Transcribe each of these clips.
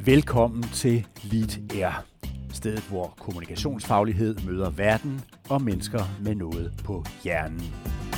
Velkommen til Lead Air, stedet hvor kommunikationsfaglighed møder verden og mennesker med noget på hjernen.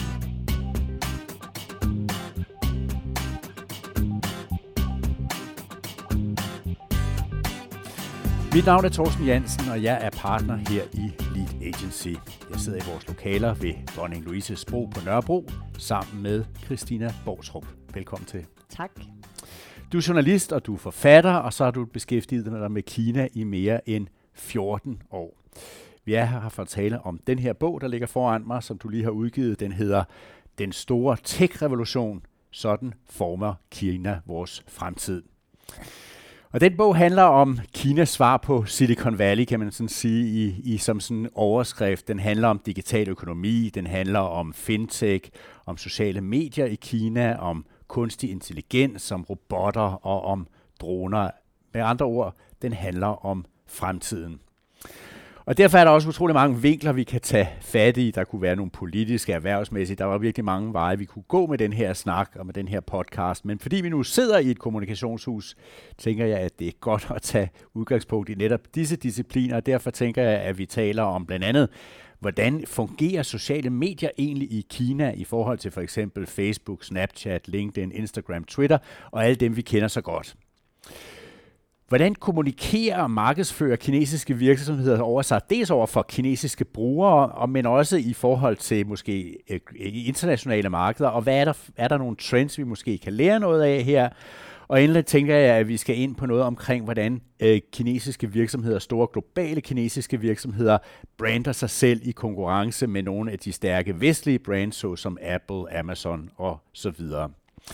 Mit navn er Thorsten Jansen, og jeg er partner her i Lead Agency. Jeg sidder i vores lokaler ved Dronning Louises Bro på Nørrebro, sammen med Christina Borsrup. Velkommen til. Tak. Du er journalist, og du er forfatter, og så har du beskæftiget dig med Kina i mere end 14 år. Vi er her for at tale om den her bog, der ligger foran mig, som du lige har udgivet. Den hedder Den store tech-revolution. Sådan former Kina vores fremtid. Og den bog handler om Kinas svar på Silicon Valley, kan man sådan sige, i som sådan en overskrift. Den handler om digital økonomi, den handler om fintech, om sociale medier i Kina, om kunstig intelligens, om robotter og om droner. Med andre ord, den handler om fremtiden. Og derfor er der også utrolig mange vinkler, vi kan tage fat i. Der kunne være nogle politiske, erhvervsmæssige. Der var virkelig mange veje, vi kunne gå med den her snak og med den her podcast. Men fordi vi nu sidder i et kommunikationshus, tænker jeg, at det er godt at tage udgangspunkt i netop disse discipliner. Derfor tænker jeg, at vi taler om blandt andet, hvordan fungerer sociale medier egentlig i Kina i forhold til for eksempel Facebook, Snapchat, LinkedIn, Instagram, Twitter og alle dem, vi kender så godt. Hvordan kommunikerer og markedsfører kinesiske virksomheder over sig, dels over for kinesiske brugere, men også i forhold til måske internationale markeder, og hvad er der nogle trends, vi måske kan lære noget af her? Og endelig tænker jeg, at vi skal ind på noget omkring, hvordan kinesiske virksomheder, store globale kinesiske virksomheder, brander sig selv i konkurrence med nogle af de stærke vestlige brands, såsom Apple, Amazon og så videre.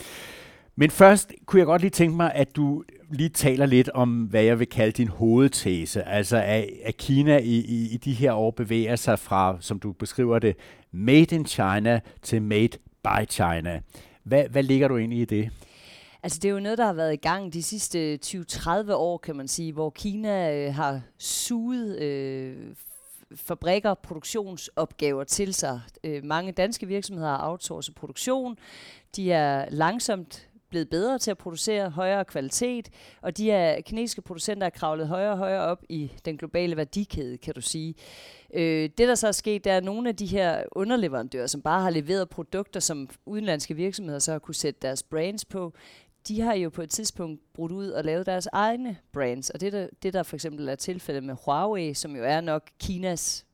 Men først kunne jeg godt lige tænke mig, at du lige taler lidt om, hvad jeg vil kalde din hovedtese. Altså at Kina i de her år bevæger sig fra, som du beskriver det, made in China til made by China. Hvad ligger du egentlig i det? Altså det er jo noget, der har været i gang de sidste 20-30 år, kan man sige, hvor Kina har suget fabrikker, produktionsopgaver til sig. Mange danske virksomheder har outsourcet produktion. De er langsomt blevet bedre til at producere højere kvalitet, og de her kinesiske producenter er kravlet højere og højere op i den globale værdikæde, kan du sige. Det, der så er sket, det er, at nogle af de her underleverandører, som bare har leveret produkter, som udenlandske virksomheder så har kunne sætte deres brands på, de har jo på et tidspunkt brudt ud og lavet deres egne brands. Og det der for eksempel er tilfældet med Huawei, som jo er nok Kinas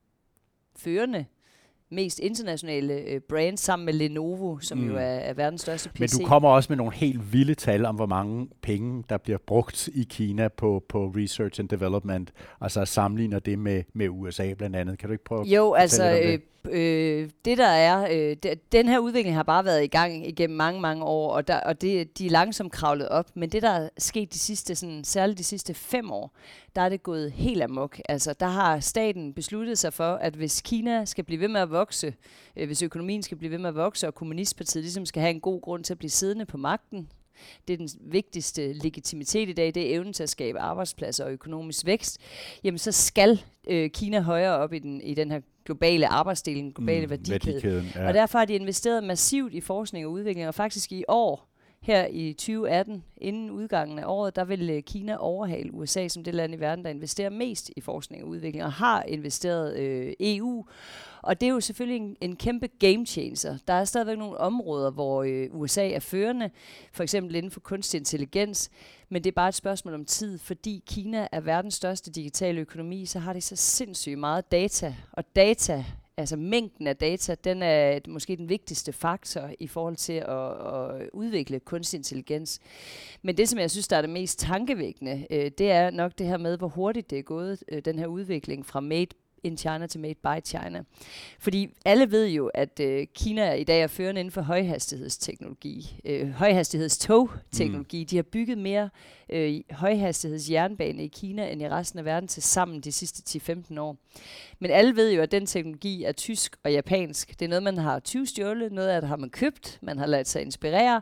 førende mest internationale brand sammen med Lenovo, som jo er verdens største PC. Men du kommer også med nogle helt vilde tal om, hvor mange penge, der bliver brugt i Kina på research and development. Altså sammenligner det med USA blandt andet. Kan du ikke prøve at fortælle lidt om det? Det der er, den her udvikling har bare været i gang igennem mange år, og de er langsomt kravlet op. Men det, der er sket særligt de sidste 5 år, der er det gået helt amok. Altså, der har staten besluttet sig for, at hvis Kina skal blive ved med at vokse, hvis økonomien skal blive ved med at vokse, og kommunistpartiet ligesom skal have en god grund til at blive siddende på magten, det er den vigtigste legitimitet i dag, det er evnen til at skabe arbejdspladser og økonomisk vækst, jamen så skal Kina højere op i den her globale arbejdsdeling, globale værdikæde. Ja. Og derfor har de investeret massivt i forskning og udvikling, og faktisk i år, her i 2018, inden udgangen af året, der vil Kina overhale USA som det land i verden, der investerer mest i forskning og udvikling, og har investeret EU. Og det er jo selvfølgelig en kæmpe game changer. Der er stadigvæk nogle områder, hvor USA er førende, for eksempel inden for kunstig intelligens, men det er bare et spørgsmål om tid, fordi Kina er verdens største digitale økonomi, så har de så sindssygt meget data, og data, altså mængden af data, den er måske den vigtigste faktor i forhold til at udvikle kunstig intelligens. Men det, som jeg synes, der er det mest tankevækkende, det er nok det her med, hvor hurtigt det er gået, den her udvikling fra made in China til made by China. Fordi alle ved jo, at Kina i dag er førende inden for højhastighedsteknologi. Højhastighedstogteknologi. De har bygget mere højhastighedsjernbane i Kina end i resten af verden til sammen de sidste 10-15 år. Men alle ved jo, at den teknologi er tysk og japansk. Det er noget, man har tyvstjålet, noget af det har man købt, man har ladet sig inspirere.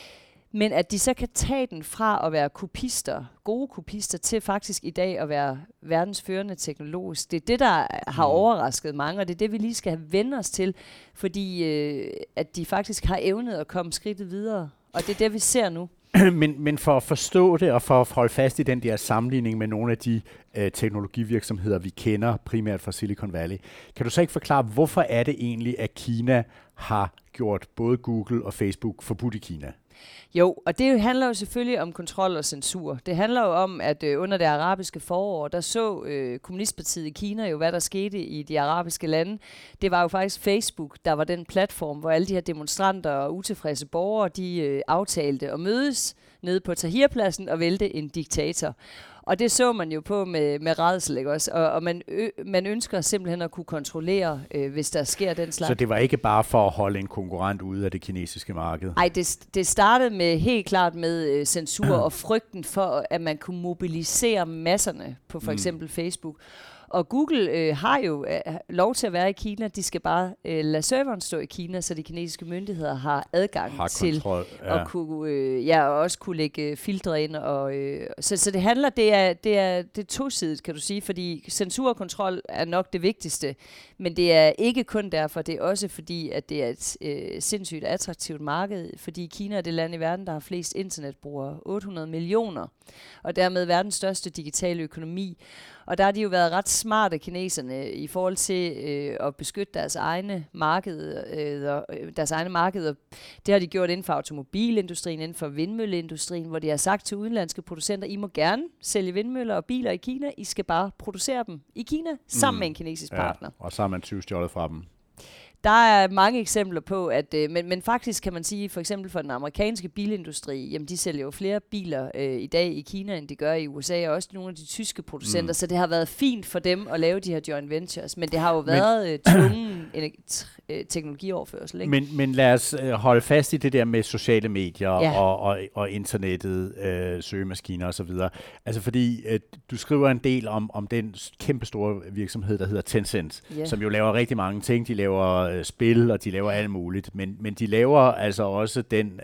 Men at de så kan tage den fra at være kopister, gode kopister, til faktisk i dag at være verdensførende teknologisk. Det er det, der har overrasket mange, og det er det, vi lige skal have vendt os til, fordi at de faktisk har evnet at komme skridtet videre. Og det er det, vi ser nu. Men for at forstå det, og for at holde fast i den der sammenligning med nogle af de teknologivirksomheder, vi kender primært fra Silicon Valley, kan du så ikke forklare, hvorfor er det egentlig, at Kina har gjort både Google og Facebook forbudt i Kina? Jo, og det handler jo selvfølgelig om kontrol og censur. Det handler jo om, at under det arabiske forår, der så kommunistpartiet i Kina jo, hvad der skete i de arabiske lande. Det var jo faktisk Facebook, der var den platform, hvor alle de her demonstranter og utilfredse borgere, de aftalte at mødes nede på Tahrirpladsen og vælte en diktator. Og det så man jo på med rædsel, ikke også? Og man ønsker simpelthen at kunne kontrollere, hvis der sker den slags. Så det var ikke bare for at holde en konkurrent ude af det kinesiske marked? Nej, det startede med helt klart med censur og frygten for, at man kunne mobilisere masserne på for eksempel Facebook. Og Google har jo lov til at være i Kina. De skal bare lade serveren stå i Kina, så de kinesiske myndigheder har adgang til at kunne, også kunne lægge filtre ind. Og, så det handler, det er tosidigt, kan du sige, fordi censur og kontrol er nok det vigtigste. Men det er ikke kun derfor, det er også fordi, at det er et sindssygt attraktivt marked, fordi Kina er det land i verden, der har flest internetbrugere, 800 millioner, og dermed verdens største digitale økonomi. Og der har de jo været ret smarte, kineserne, i forhold til at beskytte deres egne markeder. Det har de gjort inden for automobilindustrien, inden for vindmølleindustrien, hvor de har sagt til udenlandske producenter, I må gerne sælge vindmøller og biler i Kina, I skal bare producere dem i Kina, sammen med en kinesisk partner. Og så har man tyvstjålet fra dem. Der er mange eksempler på, at, men faktisk kan man sige, for eksempel for den amerikanske bilindustri, jamen de sælger jo flere biler i dag i Kina, end de gør i USA, og også nogle af de tyske producenter, så det har været fint for dem at lave de her joint ventures, men det har jo været tvungen teknologioverførsel, ikke? Men lad os holde fast i det der med sociale medier og internettet, søgemaskiner osv. Altså fordi du skriver en del om den kæmpestore virksomhed, der hedder Tencent, som jo laver rigtig mange ting. De laver spil, og de laver alt muligt, men de laver altså også den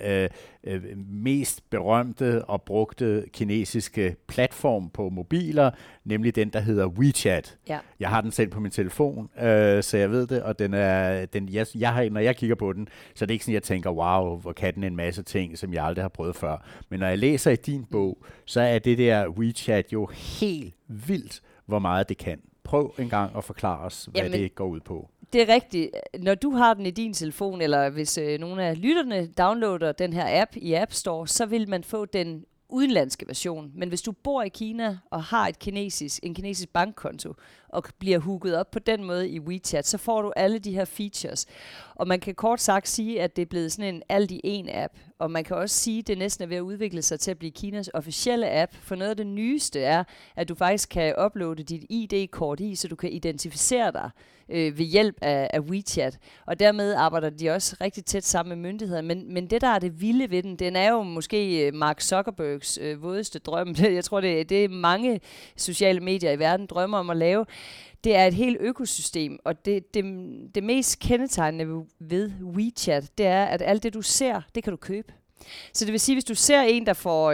mest berømte og brugte kinesiske platform på mobiler, nemlig den, der hedder WeChat. Ja. Jeg har den selv på min telefon, så jeg ved det, og når jeg kigger på den, så er det ikke sådan, jeg tænker, wow, hvor kan den en masse ting, som jeg aldrig har prøvet før. Men når jeg læser i din bog, så er det der WeChat jo helt vildt, hvor meget det kan. Prøv en gang at forklare os, hvad det går ud på. Det er rigtigt. Når du har den i din telefon, eller hvis nogle af lytterne downloader den her app i App Store, så vil man få den udenlandske version. Men hvis du bor i Kina og har en kinesisk bankkonto, og bliver hooket op på den måde i WeChat, så får du alle de her features. Og man kan kort sagt sige, at det er blevet sådan en alt i en app. Og man kan også sige, at det næsten er ved at udvikle sig til at blive Kinas officielle app. For noget af det nyeste er, at du faktisk kan uploade dit ID-kort i, så du kan identificere dig ved hjælp af WeChat. Og dermed arbejder de også rigtig tæt sammen med myndigheder. Men det, der er det vilde ved den er jo måske Mark Zuckerbergs vådeste drøm. Jeg tror, det er mange sociale medier i verden drømmer om at lave. Det er et helt økosystem, og det mest kendetegnende ved WeChat, det er, at alt det, du ser, det kan du købe. Så det vil sige, hvis du ser en,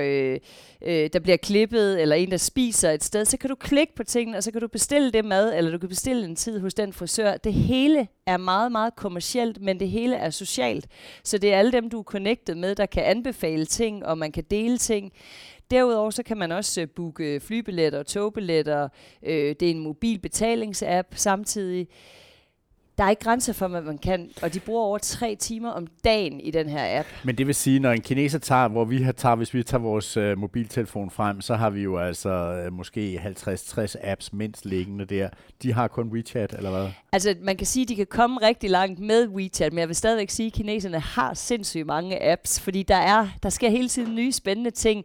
der bliver klippet, eller en, der spiser et sted, så kan du klikke på tingene, og så kan du bestille det mad, eller du kan bestille en tid hos den frisør. Det hele er meget, meget kommercielt, men det hele er socialt. Så det er alle dem, du er connected med, der kan anbefale ting, og man kan dele ting. Derudover så kan man også booke flybilletter og togbilletter. Det er en mobil betalingsapp samtidig. Der er ikke grænser for, hvad man kan, og de bruger over 3 timer om dagen i den her app. Men det vil sige, når en kineser tager, hvis vi tager vores mobiltelefon frem, så har vi jo altså måske 50-60 apps mindst liggende der. De har kun WeChat, eller hvad? Altså, man kan sige, at de kan komme rigtig langt med WeChat, men jeg vil stadigvæk sige, at kineserne har sindssygt mange apps, fordi der sker hele tiden nye spændende ting.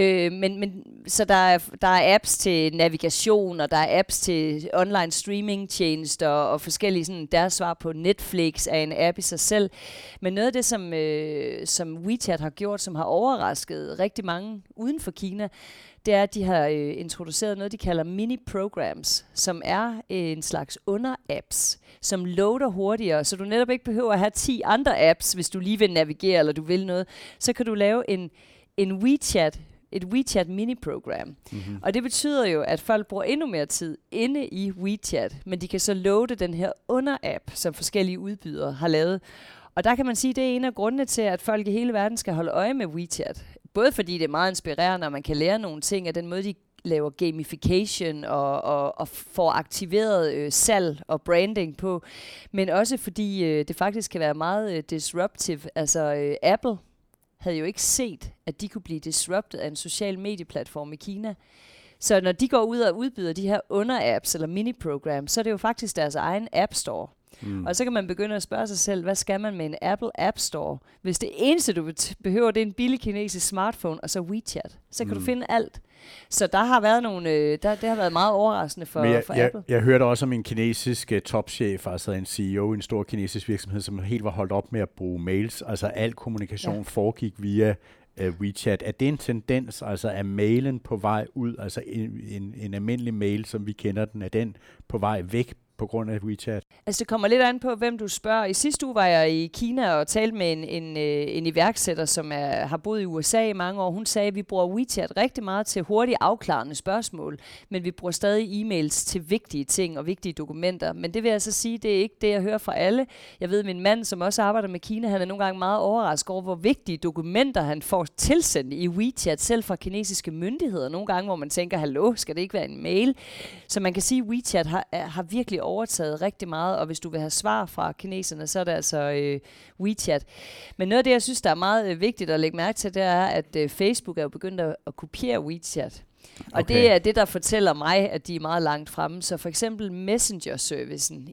Så der er apps til navigation, og der er apps til online streaming-tjenester, og forskellige sådan, deres svar på Netflix er en app i sig selv. Men noget af det, som WeChat har gjort, som har overrasket rigtig mange uden for Kina, det er, at de har introduceret noget, de kalder mini-programs, som er en slags under-apps, som loader hurtigere, så du netop ikke behøver at have 10 andre apps, hvis du lige vil navigere, eller du vil noget. Så kan du lave et WeChat mini-program. Mm-hmm. Og det betyder jo, at folk bruger endnu mere tid inde i WeChat, men de kan så loade den her under-app, som forskellige udbydere har lavet. Og der kan man sige, at det er en af grundene til, at folk i hele verden skal holde øje med WeChat. både fordi det er meget inspirerende, og man kan lære nogle ting af den måde, de laver gamification og får aktiveret salg og branding på, men også fordi det faktisk kan være meget disruptive. Altså Apple havde jo ikke set, at de kunne blive disrupted af en social medieplatform i Kina. Så når de går ud og udbyder de her under-apps eller mini-programs, så er det jo faktisk deres egen App Store. Og så kan man begynde at spørge sig selv, hvad skal man med en Apple App Store? Hvis det eneste, du behøver, det er en billig kinesisk smartphone, og så WeChat, så kan du finde alt. Så der har været det har været meget overraskende for Apple. Jeg hørte også om en kinesisk topchef, altså en CEO i en stor kinesisk virksomhed, som helt var holdt op med at bruge mails. Altså al kommunikation foregik via WeChat. Er det en tendens, altså er mailen på vej ud, altså en almindelig mail, som vi kender den, er den på vej væk på grund af WeChat? Altså det kommer lidt an på, hvem du spørger. I sidste uge var jeg i Kina og talte med en iværksætter, som har boet i USA i mange år. Hun sagde, at vi bruger WeChat rigtig meget til hurtigt afklarende spørgsmål, men vi bruger stadig e-mails til vigtige ting og vigtige dokumenter. Men det vil jeg så sige, det er ikke det, jeg hører fra alle. Jeg ved, min mand, som også arbejder med Kina, han er nogle gange meget overrasket over, hvor vigtige dokumenter han får tilsendt i WeChat, selv fra kinesiske myndigheder. Nogle gange, hvor man tænker, hallo, skal det ikke være en mail? Så man kan sige, at WeChat har virkelig overtaget rigtig meget, og hvis du vil have svar fra kineserne, så er det altså WeChat. Men noget af det, jeg synes, der er meget vigtigt at lægge mærke til, det er, at Facebook er jo begyndt at kopiere WeChat. Og det er det, der fortæller mig, at de er meget langt fremme. Så for eksempel Messenger-servicen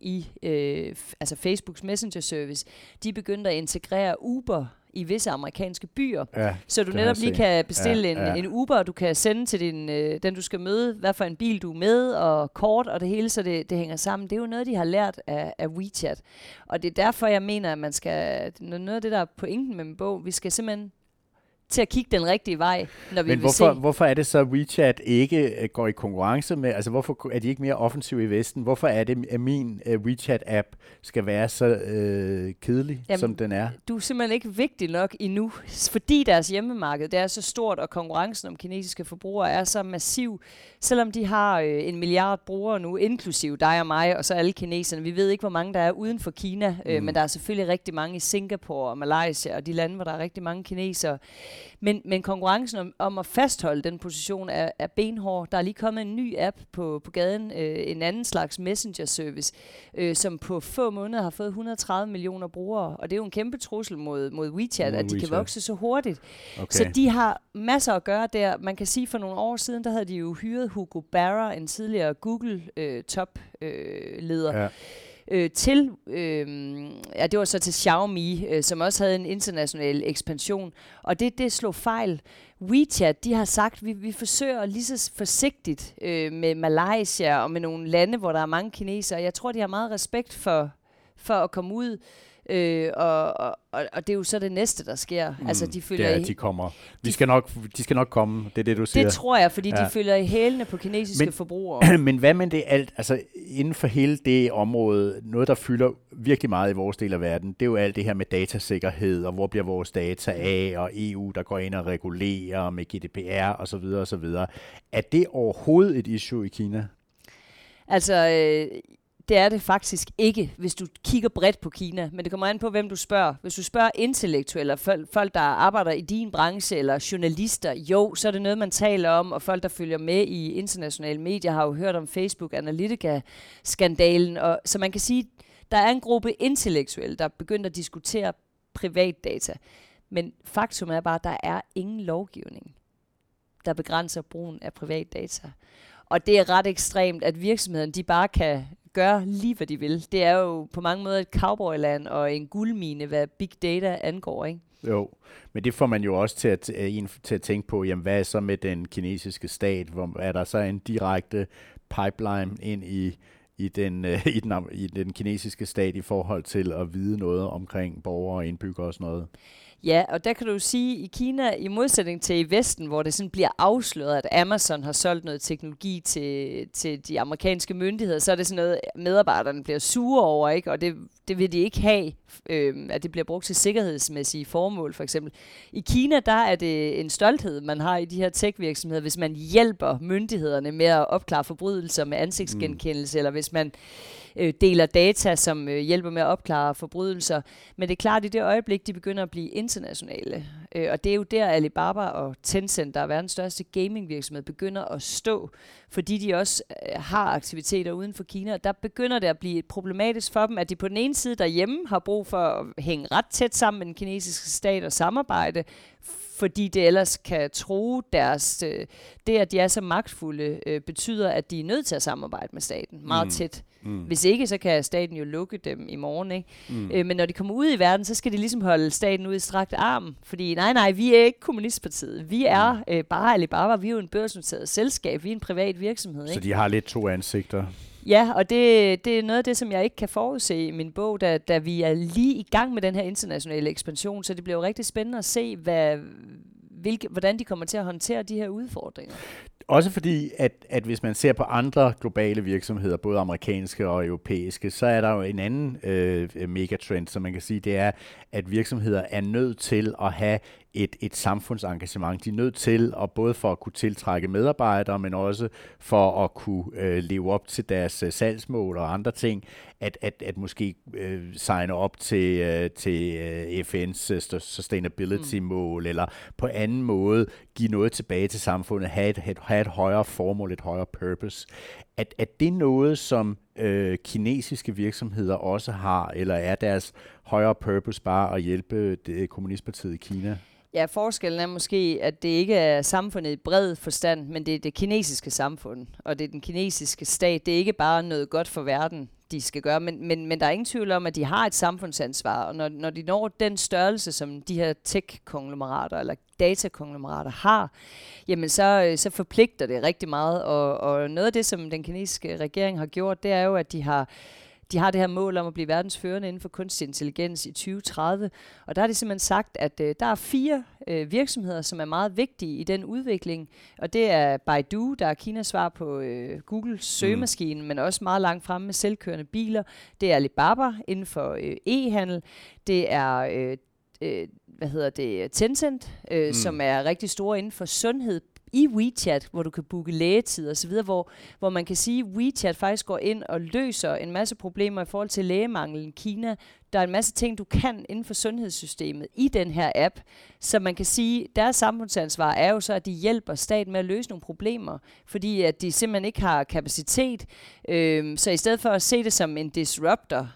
altså Facebooks Messenger-service, de er begyndt at integrere Uber i visse amerikanske byer. Ja, så du netop lige kan bestille en Uber, og du kan sende til den, du skal møde, hvad for en bil du er med, og kort og det hele, så det hænger sammen. Det er jo noget, de har lært af WeChat. Og det er derfor, jeg mener, at man skal, noget af det, der er pointen med min bog, vi skal simpelthen til at kigge den rigtige vej, når vi vil se. Hvorfor er det så, at WeChat ikke går i konkurrence med, altså hvorfor er de ikke mere offensive i Vesten? Hvorfor er det, at min WeChat-app skal være så kedelig, som den er? Du er simpelthen ikke vigtig nok endnu, fordi deres hjemmemarked det er så stort, og konkurrencen om kinesiske forbrugere er så massiv. Selvom de har 1 milliard brugere nu, inklusive dig og mig, og så alle kineserne. Vi ved ikke, hvor mange der er uden for Kina, men der er selvfølgelig rigtig mange i Singapore og Malaysia, og de lande, hvor der er rigtig mange kinesere. Men konkurrencen om at fastholde den position er benhård. Der er lige kommet en ny app på gaden, en anden slags messenger-service, som på få måneder har fået 130 millioner brugere. Og det er jo en kæmpe trussel mod WeChat, at de kan vokse så hurtigt. Okay. Så de har masser at gøre der. Man kan sige, for nogle år siden, der havde de jo hyret Hugo Barra, en tidligere Google-top-leder, det var så til Xiaomi, som også havde en international ekspansion, og det slog fejl. WeChat, de har sagt, vi forsøger lige så forsigtigt med Malaysia og med nogle lande, hvor der er mange kinesere. Jeg tror, de har meget respekt for at komme ud, og det er jo så det næste, der sker. Altså, de følger de kommer. De skal nok komme, det er det, du siger. Det tror jeg, fordi de følger i hælene på kinesiske forbrugere. Men hvad med det alt, altså inden for hele det område, noget der fylder virkelig meget i vores del af verden, det er jo alt det her med datasikkerhed, og hvor bliver vores data af, og EU, der går ind og regulerer med GDPR osv. osv. Er det overhovedet et issue i Kina? Altså, det er det faktisk ikke, hvis du kigger bredt på Kina. Men det kommer an på, hvem du spørger. Hvis du spørger intellektuelle, folk, der arbejder i din branche, eller journalister, jo, så er det noget, man taler om, og folk, der følger med i internationale medier, har jo hørt om Facebook Analytica-skandalen. Så man kan sige, der er en gruppe intellektuelle, der er begyndt at diskutere privatdata. Men faktum er bare, at der er ingen lovgivning, der begrænser brugen af privatdata. Og det er ret ekstremt, at virksomheden, de bare kan gøre lige, hvad de vil. Det er jo på mange måder et cowboyland og en guldmine, hvad big data angår, ikke? Jo, men det får man jo også til at tænke på, jamen hvad er så med den kinesiske stat? Hvor er der så en direkte pipeline ind i den kinesiske stat i forhold til at vide noget omkring borgere og indbyggere og sådan noget? Ja, og der kan du jo sige, i Kina, i modsætning til i Vesten, hvor det sådan bliver afsløret, at Amazon har solgt noget teknologi til de amerikanske myndigheder, så er det sådan noget, medarbejderne bliver sure over, ikke? Og det vil de ikke have, at det bliver brugt til sikkerhedsmæssige formål, for eksempel. I Kina, der er det en stolthed, man har i de her tech-virksomheder, hvis man hjælper myndighederne med at opklare forbrydelser med ansigtsgenkendelse, eller hvis man deler data, som hjælper med at opklare forbrydelser. Men det er klart, at i det øjeblik, de begynder at blive internationale, og det er jo der Alibaba og Tencent, der er verdens største gamingvirksomhed, begynder at stå, fordi de også har aktiviteter uden for Kina. Der begynder det at blive problematisk for dem, at de på den ene side derhjemme har brug for at hænge ret tæt sammen med den kinesiske stat og samarbejde, fordi det ellers kan true deres... det, at de er så magtfulde, betyder, at de er nødt til at samarbejde med staten meget tæt. Hvis ikke, så kan staten jo lukke dem i morgen, ikke? Men når de kommer ud i verden, så skal de ligesom holde staten ud i strakt arm, fordi nej, vi er ikke kommunistpartiet. Vi er bare Alibaba, vi er jo en børsnoteret selskab, vi er en privat virksomhed, ikke? Så de har lidt to ansigter. Ja, og det er noget af det, som jeg ikke kan forudse i min bog, da vi er lige i gang med den her internationale ekspansion, så det bliver jo rigtig spændende at se, hvordan de kommer til at håndtere de her udfordringer. Også fordi, at hvis man ser på andre globale virksomheder, både amerikanske og europæiske, så er der jo en anden megatrend, som man kan sige, det er, at virksomheder er nødt til at have et samfundsengagement. De er nødt til, at både for at kunne tiltrække medarbejdere, men også for at kunne leve op til deres salgsmål og andre ting, at måske signe op til FN's sustainability-mål, eller på anden måde give noget tilbage til samfundet, have et højere formål, et højere purpose. Er det noget, som kinesiske virksomheder også har, eller er deres højere purpose bare at hjælpe kommunistpartiet i Kina? Ja, forskellen er måske, at det ikke er samfundet i bred forstand, men det er det kinesiske samfund, og det er den kinesiske stat. Det er ikke bare noget godt for verden, de skal gøre, men der er ingen tvivl om, at de har et samfundsansvar, og når de når den størrelse, som de her tech-konglomerater eller datakonglomerater har, jamen så forpligter det rigtig meget, og noget af det, som den kinesiske regering har gjort, det er jo, at de har det her mål om at blive verdensførende inden for kunstig intelligens i 2030. Og der har de simpelthen sagt, at der er 4 virksomheder, som er meget vigtige i den udvikling. Og det er Baidu, der er Kinas svar på Googles søgemaskine, men også meget langt fremme med selvkørende biler. Det er Alibaba inden for e-handel. Det er Tencent, som er rigtig store inden for sundhed, i WeChat, hvor du kan booke lægetid og så videre, hvor man kan sige, at WeChat faktisk går ind og løser en masse problemer i forhold til lægemangel i Kina. Der er en masse ting, du kan inden for sundhedssystemet i den her app, så man kan sige, at deres samfundsansvar er jo så, at de hjælper staten med at løse nogle problemer, fordi at de simpelthen ikke har kapacitet. Så i stedet for at se det som en disruptor,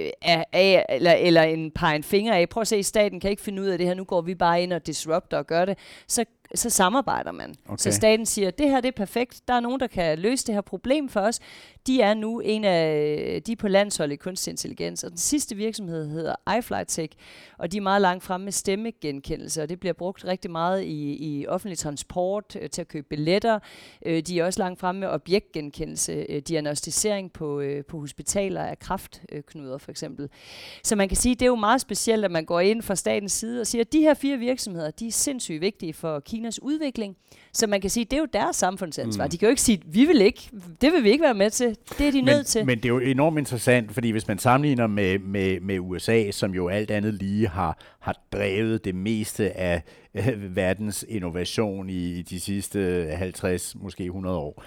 eller en pege en finger af, prøv at se, staten kan ikke finde ud af det her, nu går vi bare ind og disrupter og gør det, så samarbejder man. Okay. Så staten siger, det her det er perfekt, der er nogen, der kan løse det her problem for os. De er nu de er på landshold i kunstig intelligens, og den sidste virksomhed hedder iFlyTech, og de er meget langt fremme med stemmegenkendelse, og det bliver brugt rigtig meget i offentlig transport til at købe billetter. De er også langt fremme med objektgenkendelse, diagnostisering på hospitaler af kræftknuder for eksempel. Så man kan sige, det er jo meget specielt, at man går ind fra statens side og siger, at de her 4 virksomheder, de er sindssygt vigtige for Kinas udvikling. Så man kan sige, det er jo deres samfundsansvar. De kan jo ikke sige, det vil vi ikke være med til. Det er de nødt til. Men det er jo enormt interessant, fordi hvis man sammenligner med USA, som jo alt andet lige har drevet det meste af verdens innovation i de sidste 50, måske 100 år,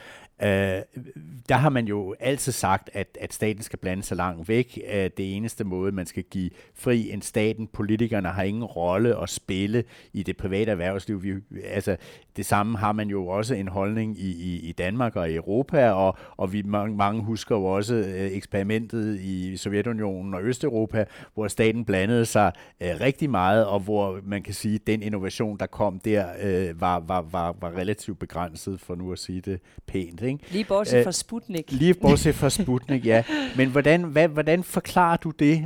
der har man jo altid sagt, at staten skal blande sig langt væk. Det eneste måde, man skal give fri end staten. Politikerne har ingen rolle at spille i det private erhvervsliv. Det samme har man jo også en holdning i Danmark og i Europa, og vi mange husker jo også eksperimentet i Sovjetunionen og Østeuropa, hvor staten blandede sig rigtig meget, og hvor man kan sige, at den innovation, der kom der, var relativt begrænset, for nu at sige det pænt. Ikke? Lige bortset fra Sputnik. Lige bortset fra Sputnik, ja. Men hvordan forklarer du det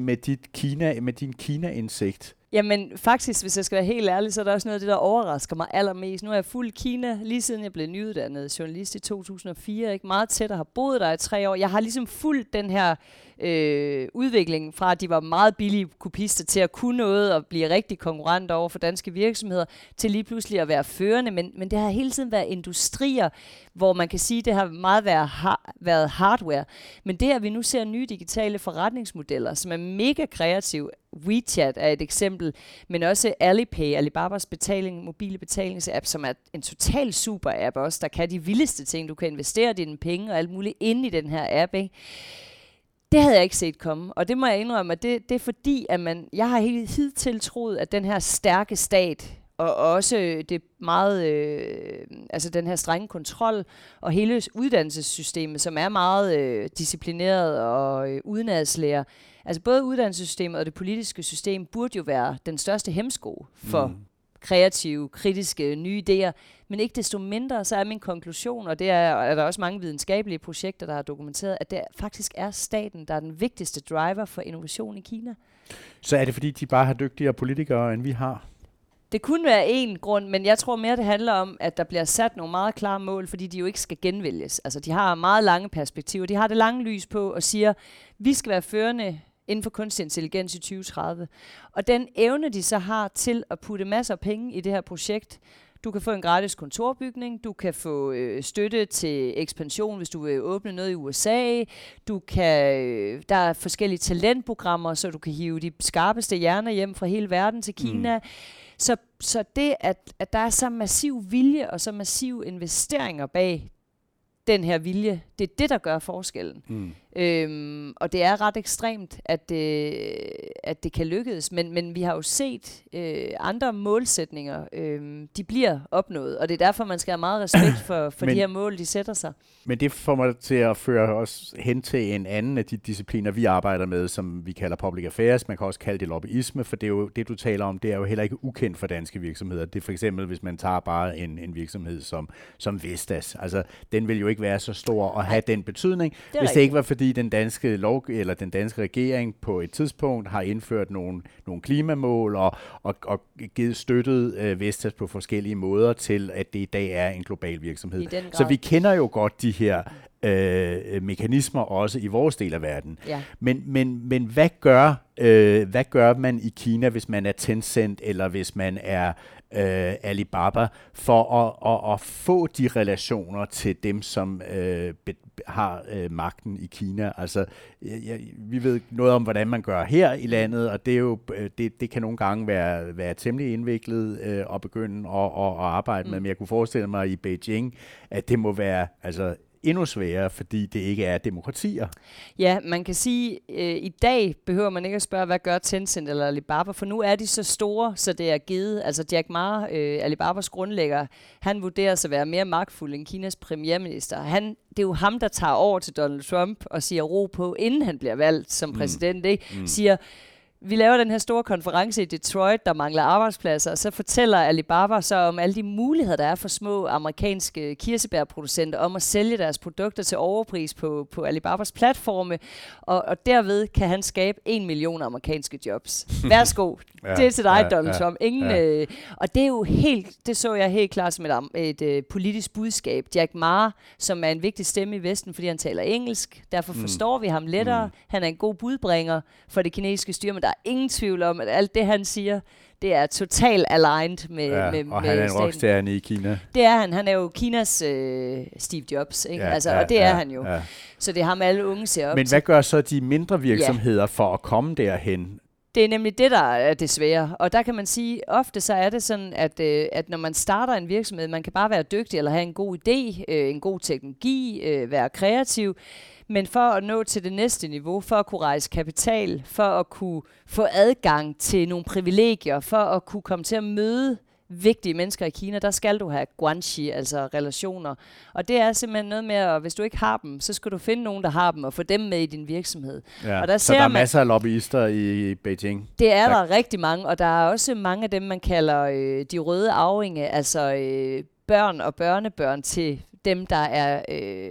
med din Kina-indsigt? Jamen faktisk, hvis jeg skal være helt ærlig, så er der også noget af det, der overrasker mig allermest. Nu er jeg fuldt Kina, lige siden jeg blev nyuddannet journalist i 2004. Ikke? Meget tæt og har boet der i 3 år. Jeg har ligesom fulgt den her udvikling fra, at de var meget billige kopister til at kunne noget og blive rigtig konkurrenter over for danske virksomheder, til lige pludselig at være førende. Men det har hele tiden været industrier, hvor man kan sige, at det har meget været hardware. Men det, at vi nu ser nye digitale forretningsmodeller, som er mega kreative, WeChat er et eksempel, men også Alipay, Alibabas mobile betalingsapp, som er en total super app også, der kan de vildeste ting. Du kan investere dine penge og alt muligt inde i den her app, ikke? Det havde jeg ikke set komme, og det må jeg indrømme, at det er fordi, at jeg har hidtil troet, at den her stærke stat, og også det meget, altså den her strenge kontrol, og hele uddannelsessystemet, som er meget disciplineret og udenadslærer, altså både uddannelsessystemet og det politiske system, burde jo være den største hæmsko for kreative, kritiske, nye idéer, men ikke desto mindre, så er min konklusion, og det er der også mange videnskabelige projekter, der har dokumenteret, at det faktisk er staten, der er den vigtigste driver for innovation i Kina. Så er det fordi, de bare har dygtigere politikere, end vi har? Det kunne være en grund, men jeg tror mere, det handler om, at der bliver sat nogle meget klare mål, fordi de jo ikke skal genvælges. Altså, de har meget lange perspektiver. De har det lange lys på og siger, vi skal være førende inden for kunstig intelligens i 2030. Og den evne, de så har til at putte masser af penge i det her projekt, du kan få en gratis kontorbygning, du kan få støtte til ekspansion, hvis du vil åbne noget i USA, der er forskellige talentprogrammer, så du kan hive de skarpeste hjerner hjem fra hele verden til Kina. Så det, at der er så massiv vilje og så massive investeringer bag den her vilje, det er det, der gør forskellen. Og det er ret ekstremt, at det kan lykkes, men vi har jo set andre målsætninger, de bliver opnået, og det er derfor, man skal have meget respekt for de her mål, de sætter sig. Men det får mig til at føre os hen til en anden af de discipliner, vi arbejder med, som vi kalder public affairs. Man kan også kalde det lobbyisme, for det er jo det, du taler om, det er jo heller ikke ukendt for danske virksomheder. Det er for eksempel, hvis man tager bare en virksomhed som Vestas. Altså, den vil jo ikke være så stor og have den betydning, hvis det ikke var fordi den danske den danske regering på et tidspunkt har indført nogle klimamål og givet støttet Vestas på forskellige måder til, at det i dag er en global virksomhed. Så vi kender jo godt de her mekanismer også i vores del af verden. Ja. Men hvad gør man i Kina, hvis man er Tencent eller hvis man er Alibaba, for at få de relationer til dem, som har magten i Kina? Altså, vi ved noget om, hvordan man gør her i landet, og det er jo det kan nogle gange være temmelig indviklet at begynde at arbejde med. Men jeg kunne forestille mig i Beijing, at det må være endnu sværere, fordi det ikke er demokratier. Ja, man kan sige, i dag behøver man ikke at spørge, hvad gør Tencent eller Alibaba, for nu er de så store, så det er givet. Altså Jack Ma, Alibabas grundlægger, han vurderes at være mere magtfuld end Kinas premierminister. Det er jo ham, der tager over til Donald Trump og siger ro på, inden han bliver valgt som præsident, ikke? Siger, vi laver den her store konference i Detroit, der mangler arbejdspladser, og så fortæller Alibaba så om alle de muligheder, der er for små amerikanske kirsebærproducenter om at sælge deres produkter til overpris på Alibabas platforme, og derved kan han skabe 1 million amerikanske jobs. Værsgo, det er til dig, Donald Trump. Og det er jo det så jeg helt klart som et politisk budskab. Jack Ma, som er en vigtig stemme i Vesten, fordi han taler engelsk, derfor forstår vi ham lettere. Han er en god budbringer for det kinesiske styre, men der er ingen tvivl om, at alt det, han siger, det er totalt aligned med og han er en rockstjerne i Kina. Det er han. Han er jo Kinas Steve Jobs, ikke? Og det er han jo. Ja. Så det er ham, alle unge ser op Men hvad gør så de mindre virksomheder for at komme derhen? Det er nemlig det, der er det svære. Og der kan man sige, ofte så er det sådan, at når man starter en virksomhed, man kan bare være dygtig eller have en god idé, en god teknologi, være kreativ. Men for at nå til det næste niveau, for at kunne rejse kapital, for at kunne få adgang til nogle privilegier, for at kunne komme til at møde vigtige mennesker i Kina, der skal du have guanxi, altså relationer. Og det er simpelthen noget med, at hvis du ikke har dem, så skal du finde nogen, der har dem, og få dem med i din virksomhed. Ja, og så der er masser af lobbyister i Beijing? Det er der rigtig mange, og der er også mange af dem, man kalder de røde arvinge, altså børn og børnebørn til dem, der er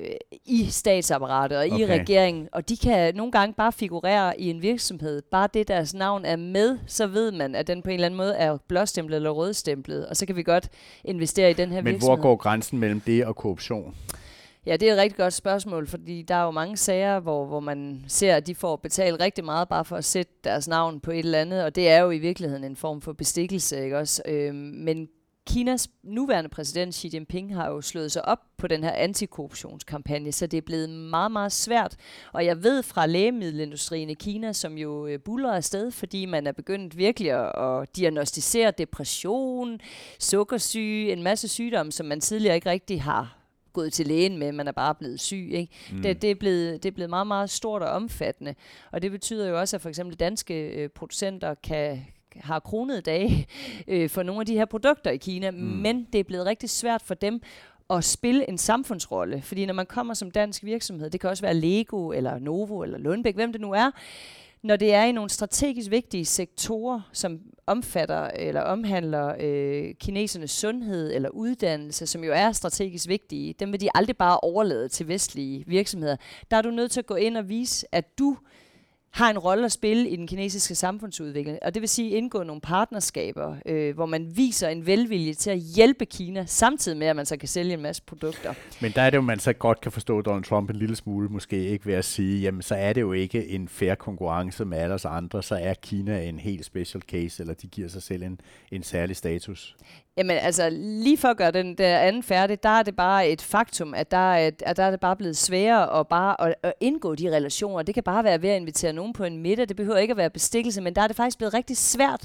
i statsapparatet og i regeringen, og de kan nogle gange bare figurere i en virksomhed. Bare det, deres navn er med, så ved man, at den på en eller anden måde er blåstemplet eller rødstemplet, og så kan vi godt investere i den her virksomhed. Men hvor går grænsen mellem det og korruption? Ja, det er et rigtig godt spørgsmål, fordi der er jo mange sager, hvor man ser, at de får betalt rigtig meget bare for at sætte deres navn på et eller andet, og det er jo i virkeligheden en form for bestikkelse, ikke også? Men Kinas nuværende præsident Xi Jinping har jo slået sig op på den her antikorruptionskampagne, så det er blevet meget, meget svært. Og jeg ved fra lægemiddelindustrien i Kina, som jo buldrer afsted, fordi man er begyndt virkelig at diagnostisere depression, sukkersyge, en masse sygdomme, som man tidligere ikke rigtig har gået til lægen med, man er bare blevet syg. Ikke? Det er blevet meget, meget stort og omfattende. Og det betyder jo også, at for eksempel danske producenter har kronede dage for nogle af de her produkter i Kina, men det er blevet rigtig svært for dem at spille en samfundsrolle. Fordi når man kommer som dansk virksomhed, det kan også være Lego, eller Novo, eller Lundbeck, hvem det nu er, når det er i nogle strategisk vigtige sektorer, som omfatter eller omhandler kinesernes sundhed eller uddannelse, som jo er strategisk vigtige, dem vil de aldrig bare overlade til vestlige virksomheder. Der er du nødt til at gå ind og vise, at du har en rolle at spille i den kinesiske samfundsudvikling. Og det vil sige indgå nogle partnerskaber, hvor man viser en velvilje til at hjælpe Kina, samtidig med, at man så kan sælge en masse produkter. Men der er det jo, man så godt kan forstå Donald Trump en lille smule, måske ikke ved at sige, jamen så er det jo ikke en fair konkurrence med alle os andre, så er Kina en helt special case, eller de giver sig selv en særlig status. Jamen altså, lige for at gøre den der anden færdig, der er det bare et faktum, at der er det bare blevet sværere at indgå de relationer. Det kan bare være ved at invitere nogen på en middag. Det behøver ikke at være bestikkelse, men der er det faktisk blevet rigtig svært.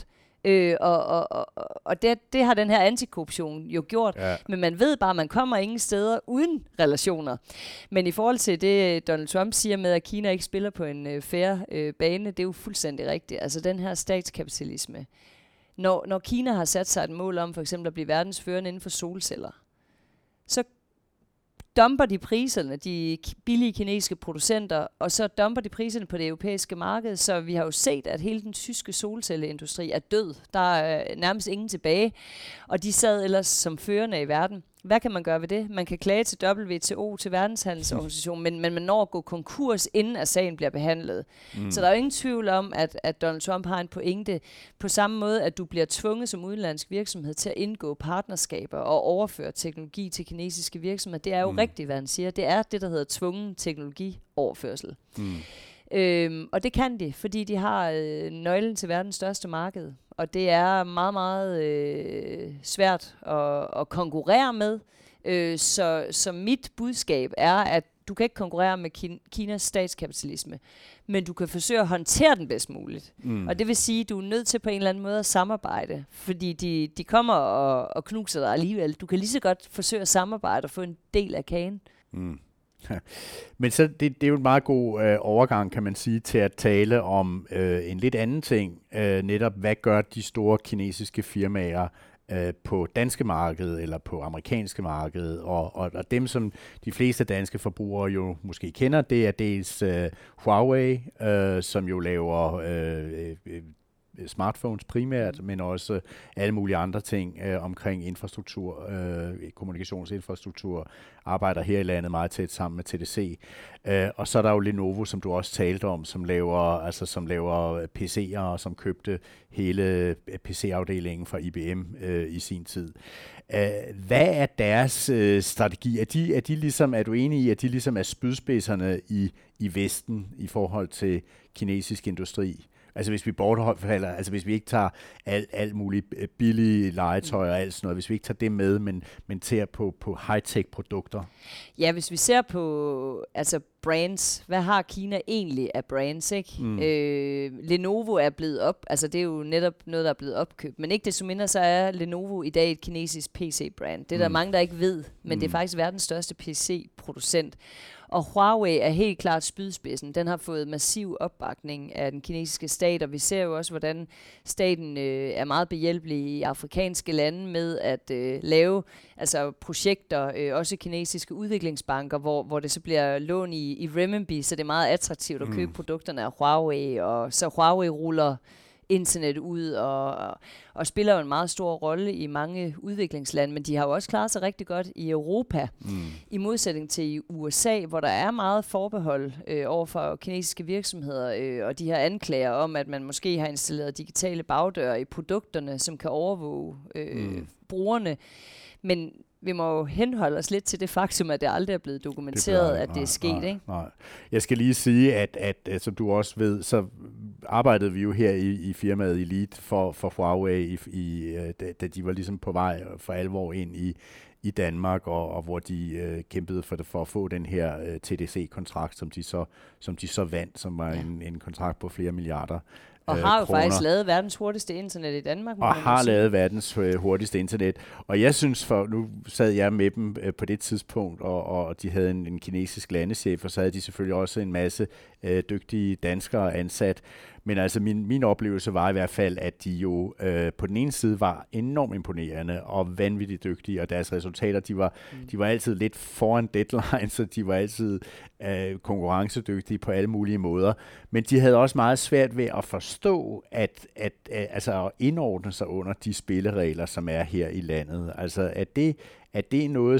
Og det har den her antikorruption jo gjort. Ja. Men man ved bare, at man kommer ingen steder uden relationer. Men i forhold til det, Donald Trump siger med, at Kina ikke spiller på en fair bane, det er jo fuldstændig rigtigt. Altså den her statskapitalisme. Når Kina har sat sig et mål om for eksempel at blive verdensførende inden for solceller, så dumper de priserne, de billige kinesiske producenter, og så dumper de priserne på det europæiske marked, så vi har jo set, at hele den tyske solcelleindustri er død. Der er nærmest ingen tilbage, og de sad ellers som førende i verden. Hvad kan man gøre ved det? Man kan klage til WTO, til Verdenshandelsorganisationen, men man når at gå konkurs, inden at sagen bliver behandlet. Så der er jo ingen tvivl om, at Donald Trump har en pointe på samme måde, at du bliver tvunget som udenlandsk virksomhed til at indgå partnerskaber og overføre teknologi til kinesiske virksomheder. Det er jo rigtigt, hvad han siger. Det er det, der hedder tvungen teknologioverførsel. Og det kan de, fordi de har nøglen til verdens største marked. Og det er meget, meget svært at konkurrere med. Så mit budskab er, at du kan ikke konkurrere med Kinas statskapitalisme, men du kan forsøge at håndtere den bedst muligt. Og det vil sige, at du er nødt til på en eller anden måde at samarbejde, fordi de kommer og knuser dig alligevel. Du kan lige så godt forsøge at samarbejde og få en del af kagen. Men så det er jo en meget god overgang, kan man sige, til at tale om en lidt anden ting. Netop, hvad gør de store kinesiske firmaer på danske marked eller på amerikanske marked, og dem, som de fleste danske forbrugere jo måske kender, det er dels Huawei, som jo laver smartphones primært, men også alle mulige andre ting omkring infrastruktur, kommunikationsinfrastruktur, arbejder her i landet meget tæt sammen med TDC. Og så er der jo Lenovo, som du også talte om, som laver PC'er, og som købte hele PC-afdelingen fra IBM i sin tid. Hvad er deres strategi? Er de ligesom, er du enig i, at de ligesom er spydspidserne i Vesten i forhold til kinesisk industri? Altså hvis vi ikke tager alt muligt billige legetøj og alt sådan noget, hvis vi ikke tager det med, men tager på high-tech produkter. Ja, hvis vi ser på brands, hvad har Kina egentlig af brands, ikke? Lenovo er blevet altså det er jo netop noget, der er blevet opkøbt, men ikke desto mindre, så er Lenovo i dag et kinesisk PC-brand. Det er der mange, der ikke ved, men det er faktisk verdens største PC-producent. Og Huawei er helt klart spydspidsen. Den har fået massiv opbakning af den kinesiske stat, og vi ser jo også, hvordan staten er meget behjælpelig i afrikanske lande med at lave projekter, også kinesiske udviklingsbanker, hvor det så bliver lån i renminbi, så det er meget attraktivt at købe produkterne af Huawei, og så Huawei ruller internet ud og spiller jo en meget stor rolle i mange udviklingslande, men de har jo også klaret sig rigtig godt i Europa, i modsætning til USA, hvor der er meget forbehold over for kinesiske virksomheder, og de her anklager om, at man måske har installeret digitale bagdøre i produkterne, som kan overvåge brugerne. Men vi må jo henholde os lidt til det faktum, at det aldrig er blevet dokumenteret, at det er sket. Ikke? Nej. Jeg skal lige sige, at som du også ved, så arbejdede vi jo her i firmaet Elite for Huawei, da de var ligesom på vej for alvor ind i Danmark, og hvor de kæmpede for at få den her TDC-kontrakt, som de så vandt, som var en kontrakt på flere milliarder og har jo kroner. faktisk lavet verdens hurtigste internet i Danmark. Og har lavet verdens hurtigste internet. Og jeg synes, nu sad jeg med dem på det tidspunkt, og de havde en kinesisk landeschef, og så havde de selvfølgelig også en masse dygtige danskere ansat. Men altså min oplevelse var i hvert fald, at de jo på den ene side var enormt imponerende og vanvittigt dygtige, og deres resultater, de var altid lidt foran deadline, så de var altid konkurrencedygtige på alle mulige måder. Men de havde også meget svært ved at forstå, at indordne sig under de spilleregler, som er her i landet. Altså, er det noget,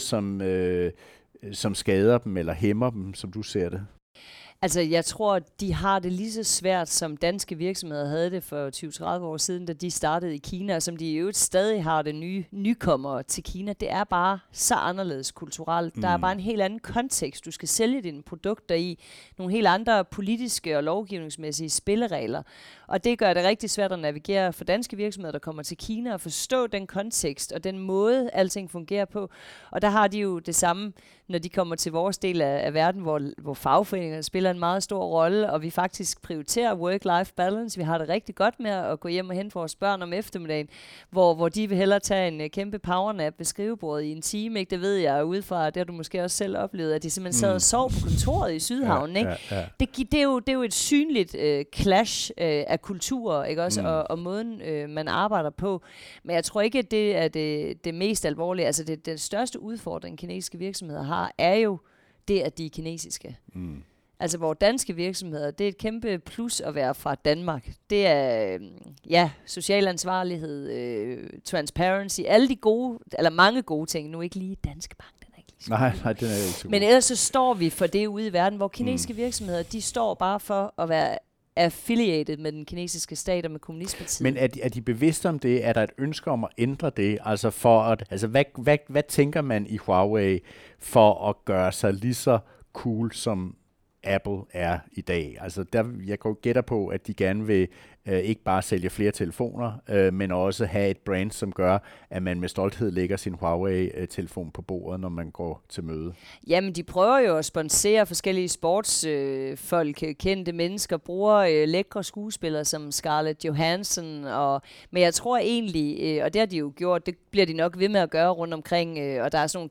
som skader dem eller hæmmer dem, som du ser det? Altså, jeg tror, de har det lige så svært, som danske virksomheder havde det for 20-30 år siden, da de startede i Kina, og som de i øvrigt stadig har det nykommere til Kina. Det er bare så anderledes kulturelt. Der er bare en helt anden kontekst. Du skal sælge dine produkter i nogle helt andre politiske og lovgivningsmæssige spilleregler. Og det gør det rigtig svært at navigere for danske virksomheder, der kommer til Kina, og forstå den kontekst og den måde, alting fungerer på. Og der har de jo det samme, når de kommer til vores del af verden, hvor fagforeningerne spiller en meget stor rolle, og vi faktisk prioriterer work-life balance. Vi har det rigtig godt med at gå hjem og hente vores børn om eftermiddagen, hvor de vil hellere tage en kæmpe powernap ved skrivebordet i en time. Ikke? Det ved jeg udefra, det har du måske også selv oplevet, at de simpelthen sad og sov på kontoret i Sydhavnen. Ikke? Ja. Det er jo et synligt clash af kulturer, ikke også, og måden man arbejder på. Men jeg tror ikke, at det er det mest alvorlige. Altså den største udfordring, kinesiske virksomheder har, er jo det, at de er kinesiske. Altså, hvor danske virksomheder, det er et kæmpe plus at være fra Danmark. Det er, social ansvarlighed, transparency, alle de gode, eller mange gode ting. Nu ikke lige Danske Bank, den er ikke lige så Nej, den er ikke så god. Men ellers så står vi for det ude i verden, hvor kinesiske virksomheder, de står bare for at være affiliated med den kinesiske stat og med kommunistpartiet. Men er de bevidste om det? Er der et ønske om at ændre det? Altså, hvad tænker man i Huawei for at gøre sig lige så cool, som Apple er i dag? Altså, jeg går gætter på, at de gerne vil ikke bare sælge flere telefoner, men også have et brand, som gør, at man med stolthed lægger sin Huawei-telefon på bordet, når man går til møde. Jamen, de prøver jo at sponsere forskellige sportsfolk, kendte mennesker, bruger lækre skuespillere som Scarlett Johansson, men jeg tror egentlig, og det har de jo gjort, det bliver de nok ved med at gøre rundt omkring, og der er sådan nogle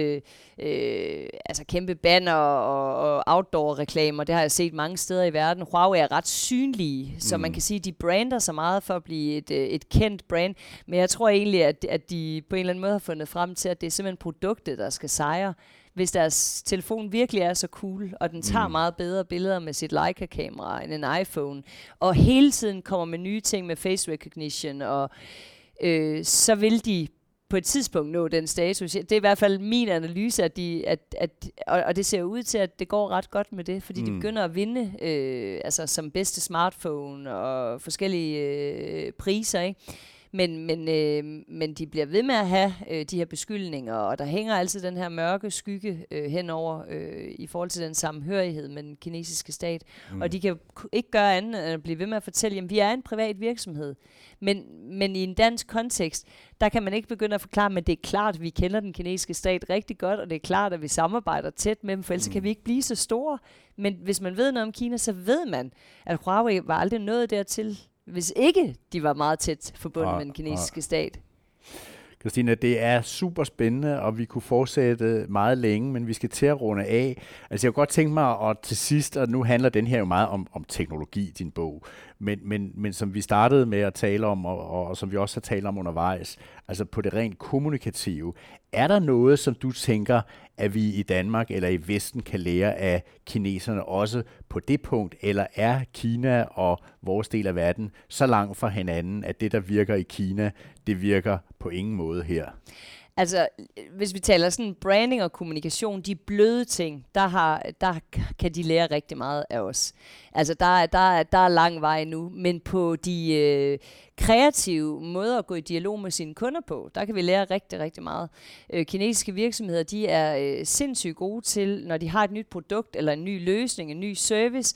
kæmpe banner og outdoor-reklamer, det har jeg set mange steder i verden. Huawei er ret synlige, så man kan sige, de brander så meget for at blive et kendt brand, men jeg tror egentlig, at de på en eller anden måde har fundet frem til, at det er simpelthen produktet, der skal sejre. Hvis deres telefon virkelig er så cool, og den tager meget bedre billeder med sit Leica-kamera end en iPhone, og hele tiden kommer med nye ting med face recognition, og så vil de på et tidspunkt nå den status. Det er i hvert fald min analyse, og det ser ud til, at det går ret godt med det, fordi de begynder at vinde som bedste smartphone og forskellige priser, ikke? Men de bliver ved med at have de her beskyldninger, og der hænger altid den her mørke skygge henover i forhold til den samhørighed med den kinesiske stat. Og de kan ikke gøre andet end at blive ved med at fortælle, at vi er en privat virksomhed. Men i en dansk kontekst, der kan man ikke begynde at forklare, men det er klart, at vi kender den kinesiske stat rigtig godt, og det er klart, at vi samarbejder tæt med dem, for ellers kan vi ikke blive så store. Men hvis man ved noget om Kina, så ved man, at Huawei var aldrig nået dertil, hvis ikke de var meget tæt forbundet med den kinesiske stat. Christina, det er super spændende, og vi kunne fortsætte meget længe, men vi skal til at runde af. Altså, jeg kunne godt tænke mig, at til sidst, og nu handler den her jo meget om teknologi, din bog, men som vi startede med at tale om, og som vi også har talt om undervejs, altså på det rent kommunikative, er der noget, som du tænker, at vi i Danmark eller i Vesten kan lære af kineserne også på det punkt, eller er Kina og vores del af verden så langt fra hinanden, at det, der virker i Kina, det virker på ingen måde her? Altså, hvis vi taler sådan branding og kommunikation, de bløde ting, der kan de lære rigtig meget af os. Altså, der er lang vej nu, men på de kreative måder at gå i dialog med sine kunder på, der kan vi lære rigtig, rigtig meget. Kinesiske virksomheder, de er sindssygt gode til, når de har et nyt produkt eller en ny løsning, en ny service,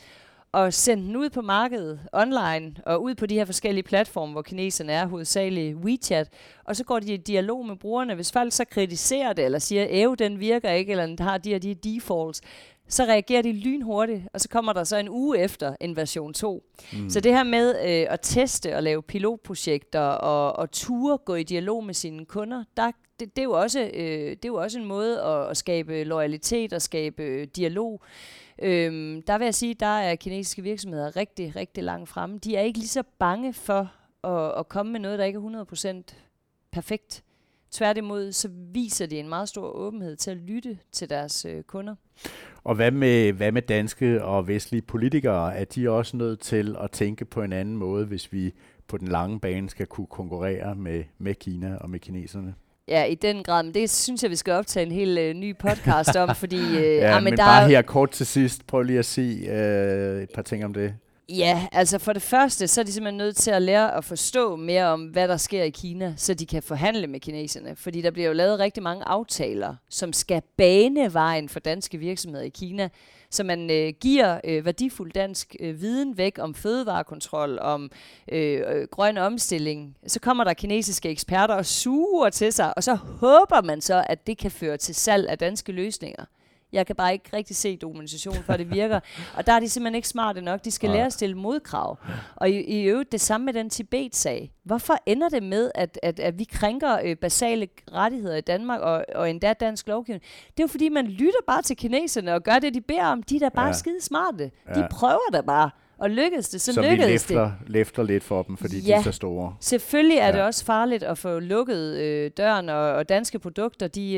og sende den ud på markedet online, og ud på de her forskellige platforme, hvor kineserne er, hovedsageligt WeChat, og så går de i dialog med brugerne. Hvis folk så kritiserer det, eller siger, den virker ikke, eller den har de her defaults, så reagerer de lynhurtigt, og så kommer der så en uge efter en version 2. Så det her med at teste og lave pilotprojekter og ture gå i dialog med sine kunder, det er jo også en måde at skabe loyalitet og skabe dialog. Der vil jeg sige, der er kinesiske virksomheder rigtig, rigtig langt fremme. De er ikke lige så bange for at komme med noget, der ikke er 100% perfekt. Tværtimod, så viser de en meget stor åbenhed til at lytte til deres kunder. Og hvad med danske og vestlige politikere? Er de også nødt til at tænke på en anden måde, hvis vi på den lange bane skal kunne konkurrere med Kina og med kineserne? Ja, i den grad, men det synes jeg, vi skal optage en helt ny podcast om, fordi... men bare her kort til sidst, prøv lige at sige et par ting om det. Ja, altså for det første, så er de simpelthen nødt til at lære at forstå mere om, hvad der sker i Kina, så de kan forhandle med kineserne. Fordi der bliver jo lavet rigtig mange aftaler, som skal bane vejen for danske virksomheder i Kina, så man giver værdifuld dansk viden væk om fødevarekontrol, om grøn omstilling. Så kommer der kinesiske eksperter og suger til sig, og så håber man så, at det kan føre til salg af danske løsninger. Jeg kan bare ikke rigtig se dokumentation for, at det virker. Og der er de simpelthen ikke smarte nok. De skal lære at stille modkrav. Og i øvrigt det samme med den Tibet-sag. Hvorfor ender det med, at vi krænker basale rettigheder i Danmark og endda dansk lovgivning? Det er jo fordi, man lytter bare til kineserne og gør det, de beder om. De er da bare skide smarte. De prøver da bare. Og lykkedes det, så lykkedes det. Så vi læfter lidt for dem, fordi de er så store. Selvfølgelig er det også farligt at få lukket døren, og danske produkter, de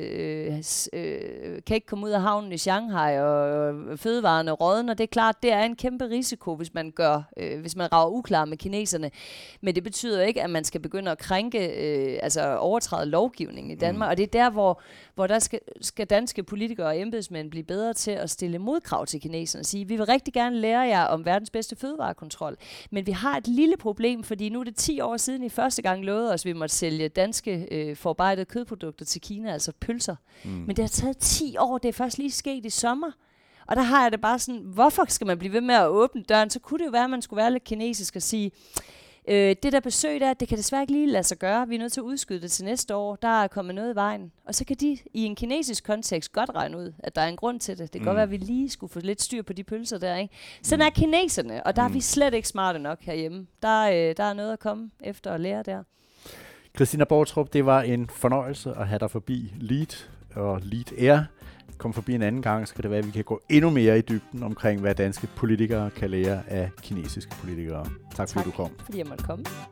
kan ikke komme ud af havnen i Shanghai, og fødevarene rådner. Det er klart, det er en kæmpe risiko, hvis man rager uklar med kineserne. Men det betyder ikke, at man skal begynde at krænke, overtræde lovgivningen i Danmark. Og det er der, hvor der skal danske politikere og embedsmænd blive bedre til at stille modkrav til kineserne og sige, vi vil rigtig gerne lære jer om verdens bedste fødevarekontrol. Men vi har et lille problem, fordi nu er det 10 år siden, I første gang lovede os, at vi måtte sælge danske forarbejdede kødprodukter til Kina, altså pølser. Men det har taget 10 år, det er først lige sket i sommer. Og der har jeg det bare sådan, hvorfor skal man blive ved med at åbne døren? Så kunne det jo være, at man skulle være lidt kinesisk og sige, det der besøg der, det kan desværre ikke lige lade sig gøre. Vi er nødt til at udskyde det til næste år. Der er kommet noget i vejen. Og så kan de i en kinesisk kontekst godt regne ud, at der er en grund til det. Det kan godt være, at vi lige skulle få lidt styr på de pølser der, ikke? Sådan er kineserne, og der er vi slet ikke smarte nok herhjemme. Der er noget at komme efter at lære der. Christina Boutrup, det var en fornøjelse at have dig forbi Lead og Lead Air. Kom forbi en anden gang, så kan det være, at vi kan gå endnu mere i dybden omkring, hvad danske politikere kan lære af kinesiske politikere. Tak fordi du kom. Fordi jeg måtte komme.